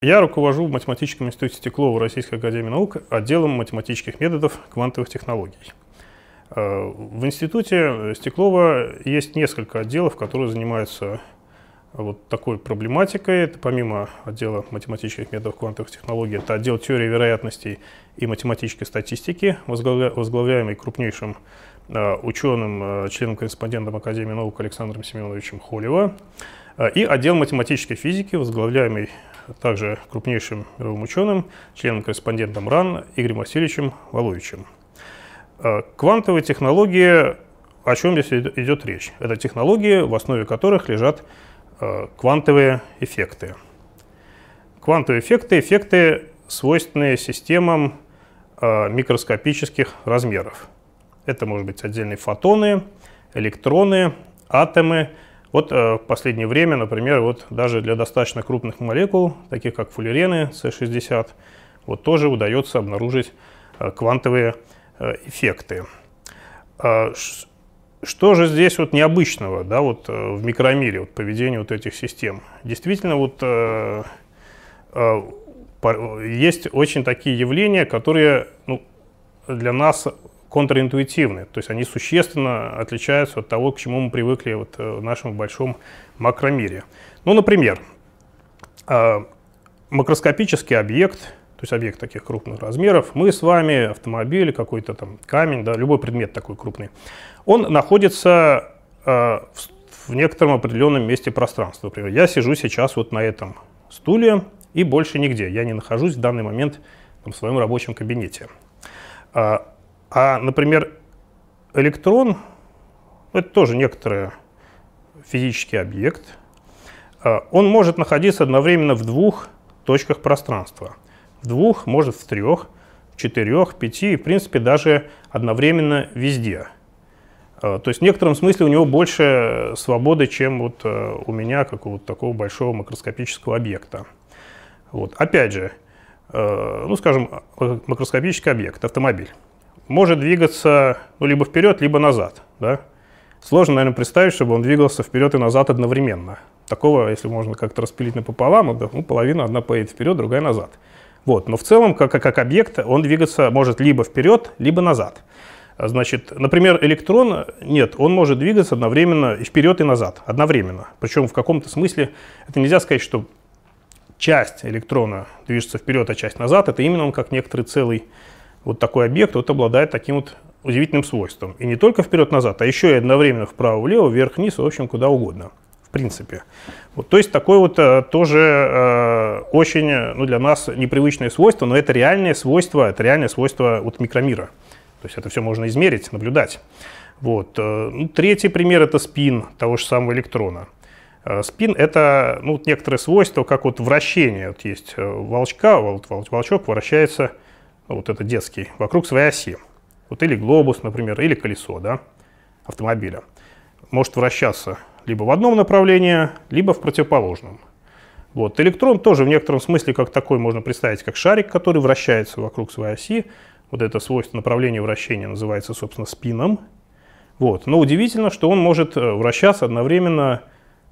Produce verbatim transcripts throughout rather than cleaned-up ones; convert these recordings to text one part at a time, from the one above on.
Я руковожу в Математическом институте Стеклова Российской академии наук отделом математических методов квантовых технологий. В институте Стеклова есть несколько отделов, которые занимаются вот такой проблематикой. Это помимо отдела математических методов квантовых технологий, это отдел теории вероятностей и математической статистики, возглавляемый крупнейшим ученым, членом-корреспондентом Академии наук Александром Семеновичем Холева, и отдел математической физики, возглавляемый также крупнейшим мировым ученым, членом-корреспондентом РАН Игорем Васильевичем Валуевичем. Квантовые технологии, о чем здесь идет речь? Это технологии, в основе которых лежат квантовые эффекты. Квантовые эффекты – эффекты, свойственные системам микроскопических размеров. Это может быть отдельные фотоны, электроны, атомы. Вот э, в последнее время, например, вот даже для достаточно крупных молекул, таких как фуллерены С шестьдесят, вот тоже удается обнаружить э, квантовые э, эффекты. Э, что же здесь вот необычного, да, вот, э, в микромире, вот, поведения вот этих систем? Действительно, вот, э, э, есть очень такие явления, которые, ну, для нас контринтуитивны, то есть они существенно отличаются от того, к чему мы привыкли вот в нашем большом макромире. Ну, например, макроскопический объект, то есть объект таких крупных размеров, мы с вами, автомобиль, какой-то там камень, да, любой предмет такой крупный, он находится в некотором определенном месте пространства. Например, я сижу сейчас вот на этом стуле и больше нигде, я не нахожусь в данный момент в своем рабочем кабинете. А, например, электрон – это тоже некоторый физический объект. Он может находиться одновременно в двух точках пространства. В двух, может в трех, в четырех, пяти, и, в принципе, даже одновременно везде. То есть в некотором смысле у него больше свободы, чем вот у меня, как у вот такого большого макроскопического объекта. Вот. Опять же, ну, скажем, макроскопический объект – автомобиль. Может двигаться, ну, либо вперед, либо назад. Да? Сложно, наверное, представить, чтобы он двигался вперед и назад одновременно. Такого, если можно как-то распилить напополам, ну, половина одна поедет вперед, другая назад. Вот. Но в целом, как, как объект, он двигаться может либо вперед, либо назад. Значит, например, электрон, нет, он может двигаться одновременно и вперед, и назад, одновременно. Причем в каком-то смысле это нельзя сказать, что часть электрона движется вперед, а часть назад. Это именно он как некоторый целый вот такой объект вот обладает таким вот удивительным свойством. И не только вперед-назад, а еще и одновременно вправо-влево, вверх-вниз, в общем, куда угодно, в принципе. Вот, то есть такое вот а, тоже а, очень, ну, для нас непривычное свойство, но это реальное свойство, это реальное свойство вот микромира. То есть это все можно измерить, наблюдать. Вот. Ну, третий пример – это спин того же самого электрона. Спин – это, ну, некоторое свойство, как вот вращение. Вот есть волчка, вот волчок вращается, вот это детский, вокруг своей оси. Вот или глобус, например, или колесо, да, автомобиля. Может вращаться либо в одном направлении, либо в противоположном. Вот. Электрон тоже в некотором смысле как такой можно представить, как шарик, который вращается вокруг своей оси. Вот это свойство направления вращения называется, собственно, спином. Вот. Но удивительно, что он может вращаться одновременно,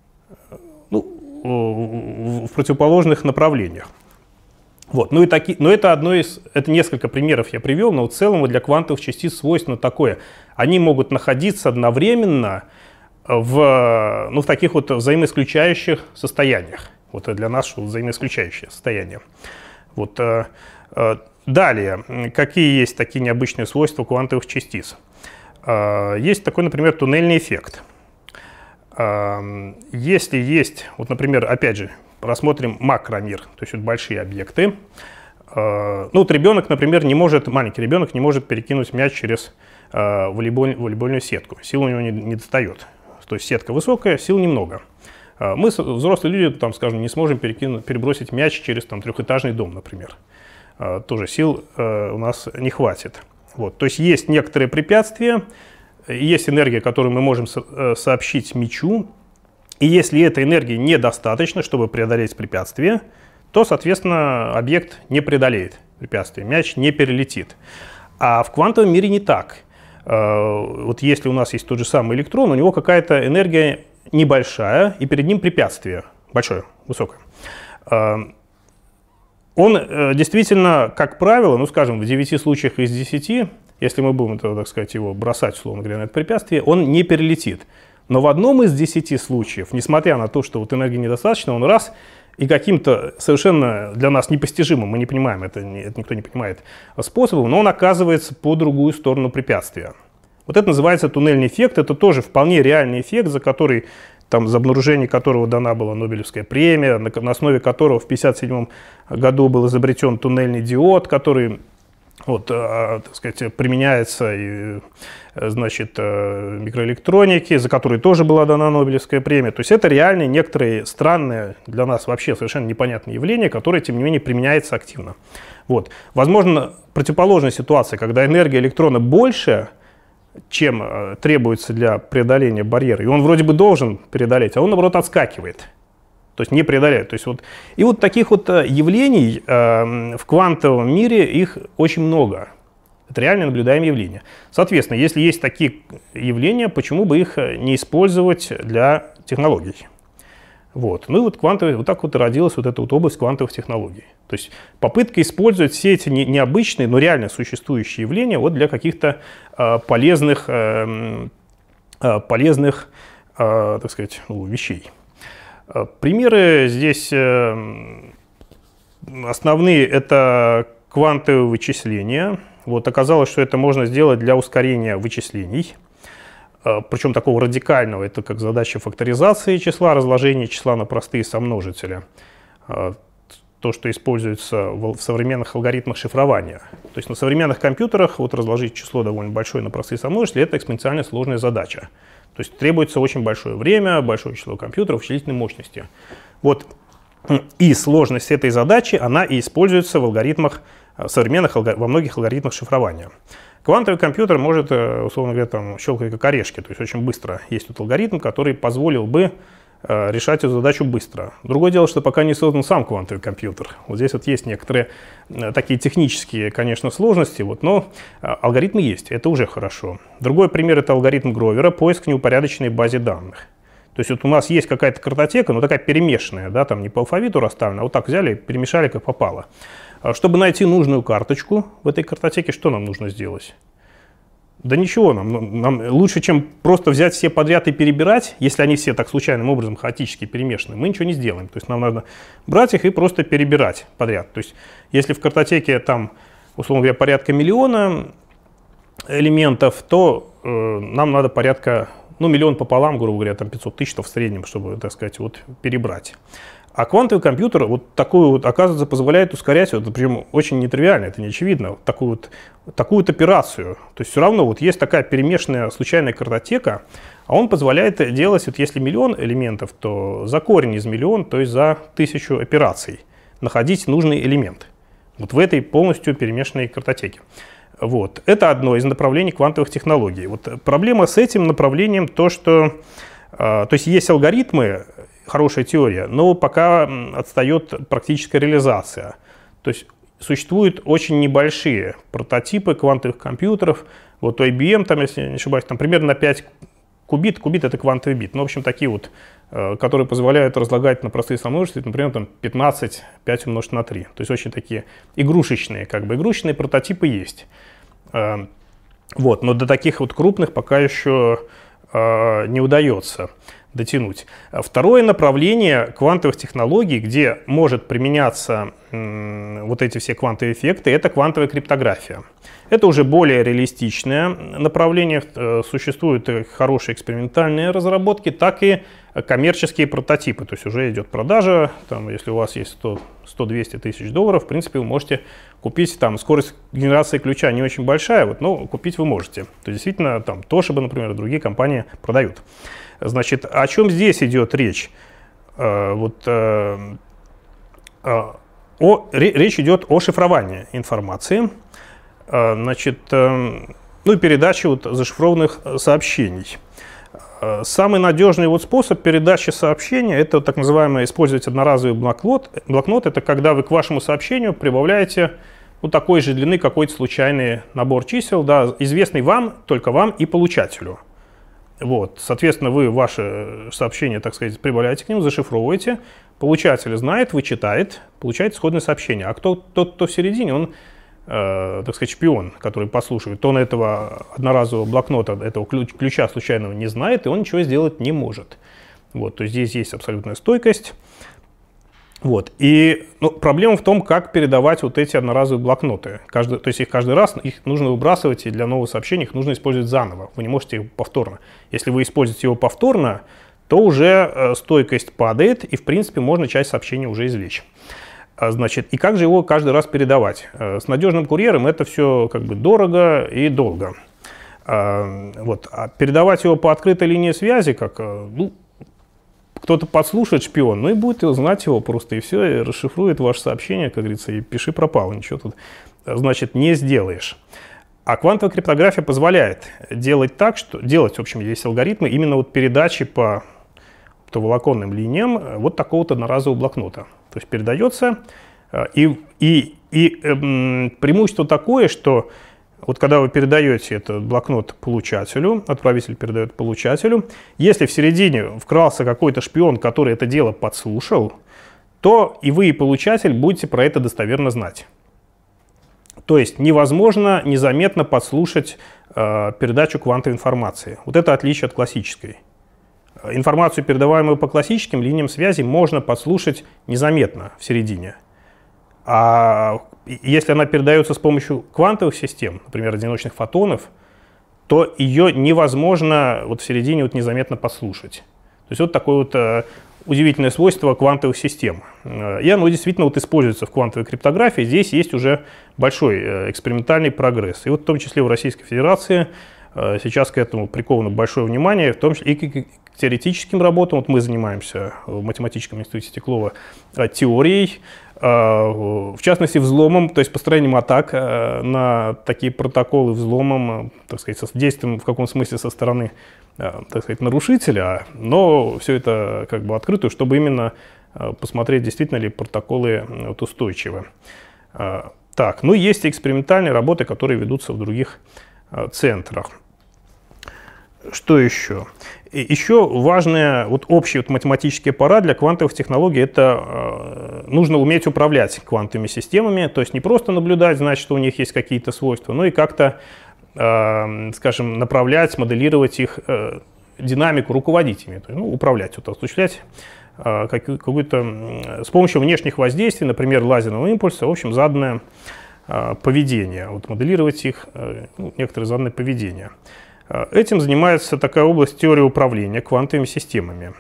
ну, в противоположных направлениях. Вот. Ну и таки, но это, одно из, это несколько примеров я привел, но в целом для квантовых частиц свойственно такое. Они могут находиться одновременно в, ну, в таких вот взаимоисключающих состояниях. Вот это для нас взаимоисключающее состояние. Вот. Далее, какие есть такие необычные свойства квантовых частиц? Есть такой, например, туннельный эффект. Если есть, вот, например, опять же, рассмотрим макромир, то есть вот большие объекты. Ну, вот ребенок, например, не может, маленький ребенок не может перекинуть мяч через волейболь, волейбольную сетку. Сил у него не, не достает. То есть сетка высокая, сил немного. Мы, взрослые люди, там, скажем, не сможем перекинуть, перебросить мяч через там, трехэтажный дом, например. Тоже сил у нас не хватит. Вот. То есть есть некоторые препятствия, есть энергия, которую мы можем сообщить мячу. И если этой энергии недостаточно, чтобы преодолеть препятствие, то, соответственно, объект не преодолеет препятствие, мяч не перелетит. А в квантовом мире не так. Вот если у нас есть тот же самый электрон, у него какая-то энергия небольшая, и перед ним препятствие большое, высокое. он э, действительно, как правило, ну, скажем, в девяти случаях из десяти, если мы будем, так сказать, его бросать, условно говоря, на это препятствие, он не перелетит. Но в одном из десяти случаев, несмотря на то, что вот энергии недостаточно, он раз и каким-то совершенно для нас непостижимым, мы не понимаем, это, не, это никто не понимает, способом, но он оказывается по другую сторону препятствия. Вот это называется туннельный эффект, это тоже вполне реальный эффект, за который, там, за обнаружение которого дана была Нобелевская премия, на, на основе которого в тысяча девятьсот пятьдесят седьмом году был изобретен туннельный диод, который вот, так сказать, применяется и, значит, микроэлектроники, за которые тоже была дана Нобелевская премия. То есть это реально некоторые странные, для нас вообще совершенно непонятные явления, которые, тем не менее, применяются активно. Вот. Возможно, противоположная ситуация, когда энергия электрона больше, чем требуется для преодоления барьера, и он вроде бы должен преодолеть, а он, наоборот, отскакивает. То есть не преодоляет. То есть вот, и вот таких вот явлений э, в квантовом мире их очень много. Это реально наблюдаемые явления. Соответственно, если есть такие явления, почему бы их не использовать для технологий? Вот. Ну и вот, квантовые, вот так вот и родилась вот эта вот область квантовых технологий. То есть попытка использовать все эти не, необычные, но реально существующие явления вот для каких-то э, полезных, э, э, полезных э, так сказать, ну, вещей. Примеры здесь основные — это квантовые вычисления. Вот оказалось, что это можно сделать для ускорения вычислений, причем такого радикального. Это как задача факторизации числа, разложения числа на простые сомножители. То, что используется в современных алгоритмах шифрования. То есть на современных компьютерах вот разложить число довольно большое на простые сомножители — это экспоненциально сложная задача. То есть требуется очень большое время, большое число компьютеров, вычислительной мощности. Вот. И сложность этой задачи, она и используется в алгоритмах, современных, во многих алгоритмах шифрования. Квантовый компьютер может, условно говоря, там, щелкать как орешки, то есть очень быстро. Есть тут алгоритм, который позволил бы э, решать эту задачу быстро. Другое дело, что пока не создан сам квантовый компьютер. Вот здесь вот есть некоторые э, такие технические, конечно, сложности, вот, но э, алгоритмы есть, это уже хорошо. Другой пример — это алгоритм Гровера, поиск в неупорядоченной базе данных. То есть вот у нас есть какая-то картотека, но такая перемешанная, да, там не по алфавиту расставлена, а вот так взяли, перемешали как попало. Чтобы найти нужную карточку в этой картотеке, что нам нужно сделать? Да ничего, нам, нам лучше, чем просто взять все подряд и перебирать, если они все так случайным образом хаотически перемешаны, мы ничего не сделаем. То есть нам надо брать их и просто перебирать подряд. То есть если в картотеке там, условно говоря, порядка миллиона элементов, то э, нам надо порядка, ну, миллион пополам, грубо говоря, там пятьсот тысяч в среднем, чтобы, так сказать, вот перебрать. А квантовый компьютер вот такую вот, оказывается, позволяет ускорять, вот, причем очень нетривиально, это не очевидно, вот такую вот, такую вот операцию. То есть все равно вот есть такая перемешанная случайная картотека, а он позволяет делать, вот если миллион элементов, то за корень из миллиона, то есть за тысячу операций находить нужный элемент. Вот в этой полностью перемешанной картотеке. Вот. Это одно из направлений квантовых технологий. Вот проблема с этим направлением то, что э, то есть есть алгоритмы, хорошая теория, но пока отстает практическая реализация. То есть существуют очень небольшие прототипы квантовых компьютеров. Вот у ай би эм, там, если не ошибаюсь, там примерно на пять кубит. Кубит — это квантовый бит. Ну, в общем, такие вот, которые позволяют разлагать на простые сомножители, например, там пятнадцать, пять умножить на три. То есть очень такие игрушечные, как бы игрушечные прототипы есть. Вот, но до таких вот крупных пока еще не удается дотянуть. Второе направление квантовых технологий, где может применяться вот эти все квантовые эффекты, это квантовая криптография. Это уже более реалистичное направление. Существуют хорошие экспериментальные разработки, так и коммерческие прототипы. То есть уже идет продажа. Там, если у вас есть сто-двести тысяч долларов, в принципе, вы можете купить. Там скорость генерации ключа не очень большая, вот, но купить вы можете. То есть действительно, там Toshiba, например, и другие компании продают. Значит, о чем здесь идет речь? Вот, о, речь идет о шифровании информации, значит, ну и передаче вот зашифрованных сообщений. Самый надежный вот способ передачи сообщения — это так называемый использовать одноразовый блокнот. Блокнот — это когда вы к вашему сообщению прибавляете вот такой же длины какой-то случайный набор чисел, да, известный вам, только вам и получателю. Вот, соответственно, вы ваше сообщение, так сказать, прибавляете к нему, зашифровываете, получатель знает, вычитает, получает исходное сообщение. А кто, тот, кто в середине, он, э, так сказать, шпион, который послушивает. Он этого одноразового блокнота, этого ключ, ключа случайного не знает, и он ничего сделать не может. Вот, то есть здесь есть абсолютная стойкость. Вот. И ну, проблема в том, как передавать вот эти одноразовые блокноты. Каждый, то есть их каждый раз их нужно выбрасывать, и для нового сообщения их нужно использовать заново. Вы не можете его повторно. Если вы используете его повторно, то уже э, стойкость падает, и в принципе можно часть сообщения уже извлечь. А, значит, и как же его каждый раз передавать? Э, с надежным курьером это все как бы дорого и долго. А, вот. А передавать его по открытой линии связи, как... Э, ну, кто-то подслушает, шпион, ну и будет знать его просто, и все, и расшифрует ваше сообщение, как говорится, и пиши пропало, ничего тут, значит, не сделаешь. А квантовая криптография позволяет делать так, что делать, в общем, есть алгоритмы именно вот передачи по оптоволоконным линиям вот такого-то одноразового блокнота. То есть передается, и, и, и э, преимущество такое, что вот когда вы передаете этот блокнот получателю, отправитель передает получателю, если в середине вкрался какой-то шпион, который это дело подслушал, то и вы, и получатель будете про это достоверно знать. То есть невозможно незаметно подслушать э, передачу квантовой информации. Вот это отличие от классической. Информацию, передаваемую по классическим линиям связи, можно подслушать незаметно в середине. А если она передается с помощью квантовых систем, например, одиночных фотонов, то ее невозможно вот в середине вот незаметно подслушать. То есть вот такое вот э, удивительное свойство квантовых систем. И оно действительно вот используется в квантовой криптографии. Здесь есть уже большой э, экспериментальный прогресс. И вот в том числе в Российской Федерации э, сейчас к этому приковано большое внимание, в том числе и к теоретическим работам. Вот мы занимаемся в математическом институте Стеклова э, теорией, в частности, взломом, то есть построением атак на такие протоколы, взломом, так сказать, с действием в каком смысле со стороны, так сказать, нарушителя, но все это как бы открыто, чтобы именно посмотреть, действительно ли протоколы вот устойчивы. Так, ну есть экспериментальные работы, которые ведутся в других центрах. Что еще? И еще важный вот общий вот математический аппарат для квантовых технологий – это э, нужно уметь управлять квантовыми системами, то есть не просто наблюдать, знать, что у них есть какие-то свойства, но и как-то, э, скажем, направлять, моделировать их э, динамику, руководить ими, то есть, ну, управлять, вот, осуществлять э, какую-то с помощью внешних воздействий, например, лазерного импульса, в общем, заданное э, поведение, вот, моделировать их, э, ну, некоторые заданные поведения. Этим занимается такая область теории управления квантовыми системами.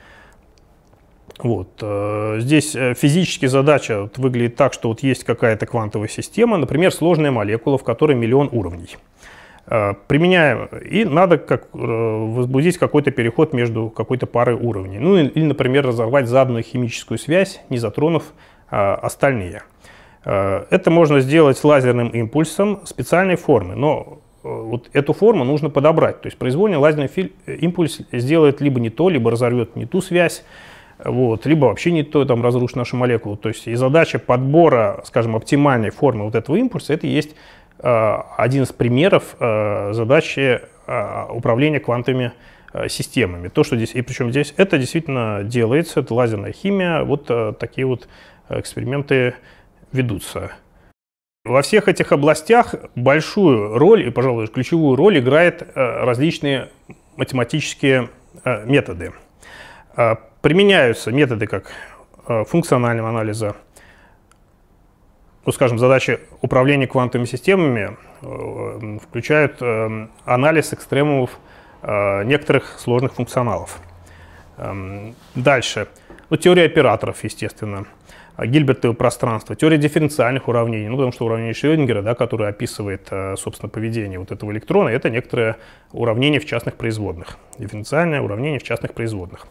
Вот. Здесь физически задача вот выглядит так, что вот есть какая-то квантовая система, например, сложная молекула, в которой миллион уровней. Применяем, и надо как, возбудить какой-то переход между какой-то парой уровней. Ну или, например, разорвать заданную химическую связь, не затронув а, остальные. Это можно сделать лазерным импульсом специальной формы, но вот эту форму нужно подобрать. То есть произвольный лазерный импульс сделает либо не то, либо разорвет не ту связь, вот, либо вообще не то, там разрушит нашу молекулу. То есть и задача подбора, скажем, оптимальной формы вот этого импульса, это и есть э, один из примеров э, задачи э, управления квантовыми э, системами. То, что здесь, и причем здесь это действительно делается, это лазерная химия, вот э, такие вот эксперименты ведутся. Во всех этих областях большую роль, и, пожалуй, ключевую роль играют различные математические методы. Применяются методы как функционального анализа, ну, скажем, задачи управления квантовыми системами включают анализ экстремумов некоторых сложных функционалов. Дальше. Ну, теория операторов, естественно. Гильбертово пространство, теория дифференциальных уравнений, ну, потому что уравнение Шрёдингера, да, которое описывает, собственно, поведение вот этого электрона, это некоторое уравнение в частных производных. Дифференциальное уравнение в частных производных.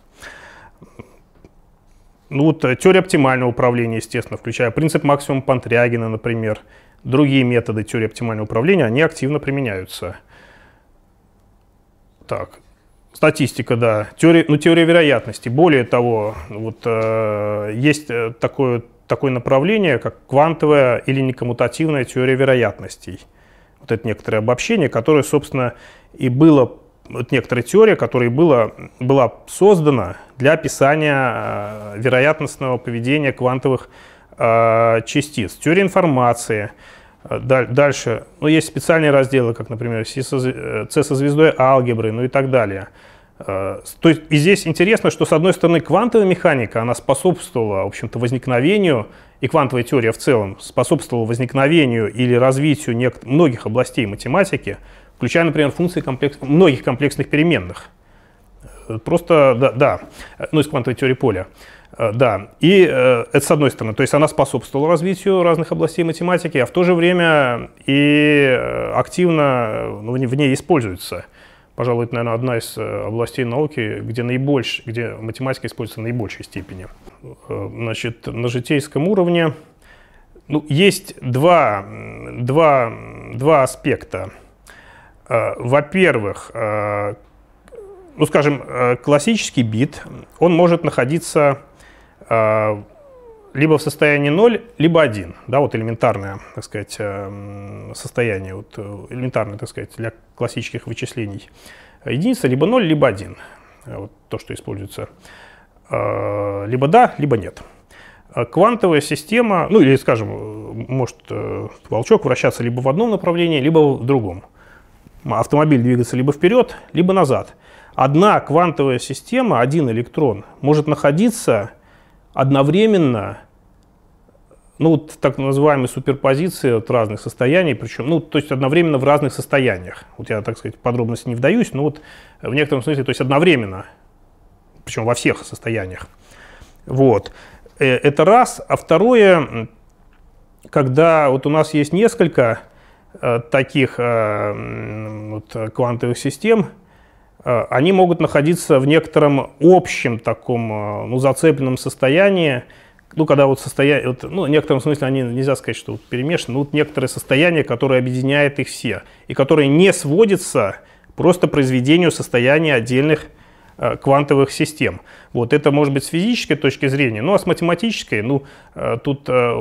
Ну, вот теория оптимального управления, естественно, включая принцип максимума Пантрягина, например. Другие методы теории оптимального управления, они активно применяются. Так. Статистика, да. Теория, ну, теория вероятности. Более того, вот, э, есть такое, такое направление, как квантовая или некоммутативная теория вероятностей. Вот это некоторое обобщение, которое, собственно, и было вот некоторая теория, которая была, была создана для описания вероятностного поведения квантовых э, частиц. Теория информации. Дальше, ну, есть специальные разделы, как, например, Си со звездой алгебры, ну и так далее. То есть, и здесь интересно, что, с одной стороны, квантовая механика, она способствовала, в общем-то, возникновению, и квантовая теория в целом способствовала возникновению или развитию многих областей математики, включая, например, функции комплекс... многих комплексных переменных. Просто, да, да, ну, из квантовой теории поля. Да, и э, это с одной стороны, то есть она способствовала развитию разных областей математики, а в то же время и активно ну, в ней используется. Пожалуй, это, наверное, одна из областей науки, где, наибольш, где математика используется в наибольшей степени. Значит, на житейском уровне ну, есть два, два, два аспекта. Во-первых, ну, скажем, классический бит, он может находиться либо в состоянии ноль, либо один, да, вот элементарное, так сказать, состояние, вот элементарное, так сказать, для классических вычислений. Единица либо ноль, либо один, вот то, что используется, либо да, либо нет. Квантовая система, ну или, скажем, может волчок вращаться либо в одном направлении, либо в другом. Автомобиль двигаться либо вперед, либо назад. Одна квантовая система, один электрон, может находиться одновременно, ну, вот так называемые суперпозиции от разных состояний, причем, ну, то есть одновременно в разных состояниях. Вот я, так сказать, в подробности не вдаюсь, но вот в некотором смысле, то есть одновременно, причем во всех состояниях. Вот. Это раз. А второе, когда вот у нас есть несколько э, таких э, вот, квантовых систем, они могут находиться в некотором общем таком, ну, зацепленном состоянии, ну, когда вот состояние, вот, ну, в некотором смысле они, нельзя сказать, что вот перемешаны, но вот некоторое состояние, которое объединяет их все, и которое не сводится просто произведению состояния отдельных э, квантовых систем. Вот это может быть с физической точки зрения, ну, а с математической, ну, э, тут э,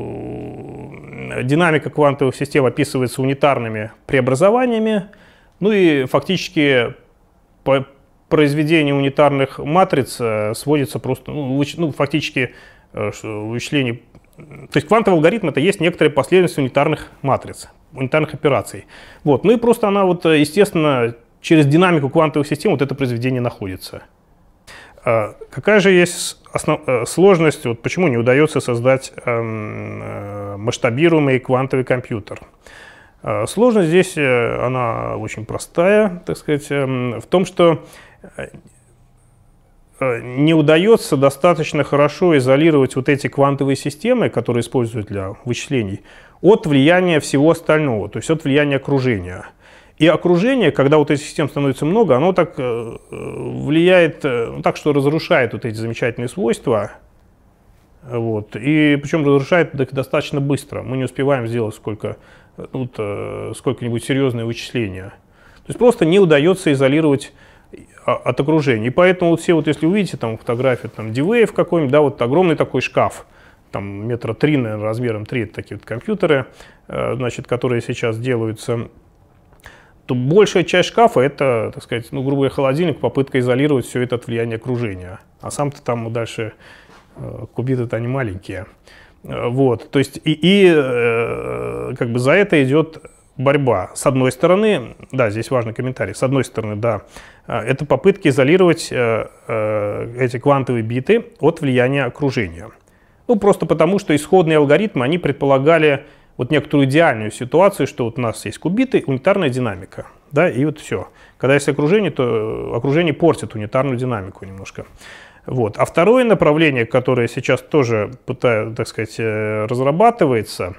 динамика квантовых систем описывается унитарными преобразованиями, ну и фактически по произведению унитарных матриц э, сводится просто, ну, выч, ну фактически э, вычисление. То есть квантовый алгоритм — это есть некоторая последовательность унитарных матриц, унитарных операций. Вот. Ну и просто она, вот, естественно, через динамику квантовых систем вот это произведение находится. Э, какая же есть основ... э, сложность, вот почему не удается создать э, э, масштабируемый квантовый компьютер? Сложность здесь, она очень простая, так сказать, в том, что не удается достаточно хорошо изолировать вот эти квантовые системы, которые используют для вычислений, от влияния всего остального, то есть от влияния окружения. И окружение, когда вот этих систем становится много, оно так влияет, ну, так что разрушает вот эти замечательные свойства. Вот. И причем разрушает достаточно быстро. Мы не успеваем сделать сколько, вот, сколько-нибудь серьезные вычисления. То есть просто не удается изолировать от окружения. И поэтому вот все, вот если увидите там фотографию там D-Wave какой-нибудь, да, вот огромный такой шкаф, там метра три, наверное, размером три, такие вот компьютеры, значит, которые сейчас делаются, то большая часть шкафа — это, так сказать, ну, грубо говоря, холодильник, попытка изолировать все это от влияния окружения. А сам-то там дальше кубиты-то они маленькие. Вот, то есть и, и как бы за это идет борьба. С одной стороны, да, здесь важный комментарий, с одной стороны, да, это попытки изолировать эти квантовые биты от влияния окружения. Ну, просто потому, что исходные алгоритмы, они предполагали вот некоторую идеальную ситуацию, что вот у нас есть кубиты, унитарная динамика, да, и вот все. Когда есть окружение, то окружение портит унитарную динамику немножко. Вот. А второе направление, которое сейчас тоже пытаюсь, так сказать, разрабатывается,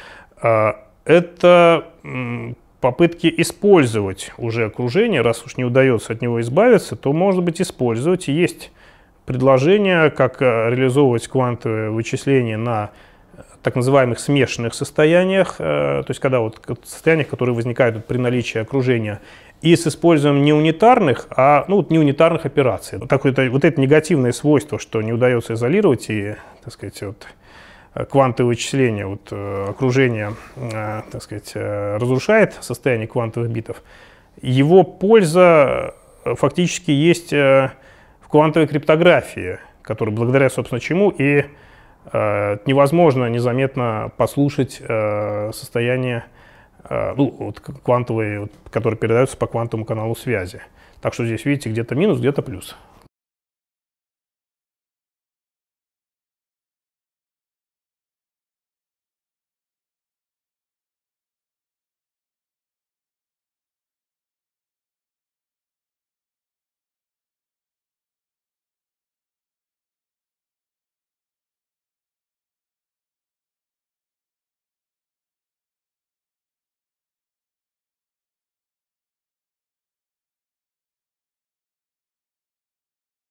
это попытки использовать уже окружение. Раз уж не удается от него избавиться, то, может быть, использовать. И есть предложение, как реализовывать квантовые вычисления на так называемых смешанных состояниях, то есть когда вот состояниях, которые возникают при наличии окружения, и с использованием не унитарных, а ну, вот не унитарных операций. Так, это, вот это негативное свойство, что не удается изолировать, и, так сказать, вот, квантовые вычисления, вот, окружение, так сказать, разрушает состояние квантовых битов. его польза фактически есть в квантовой криптографии, которая благодаря, собственно, чему и э, невозможно незаметно послушать э, состояние э, ну, вот, квантовые, вот, которые передаются по квантовому каналу связи. Так что здесь, видите, где-то минус, где-то плюс.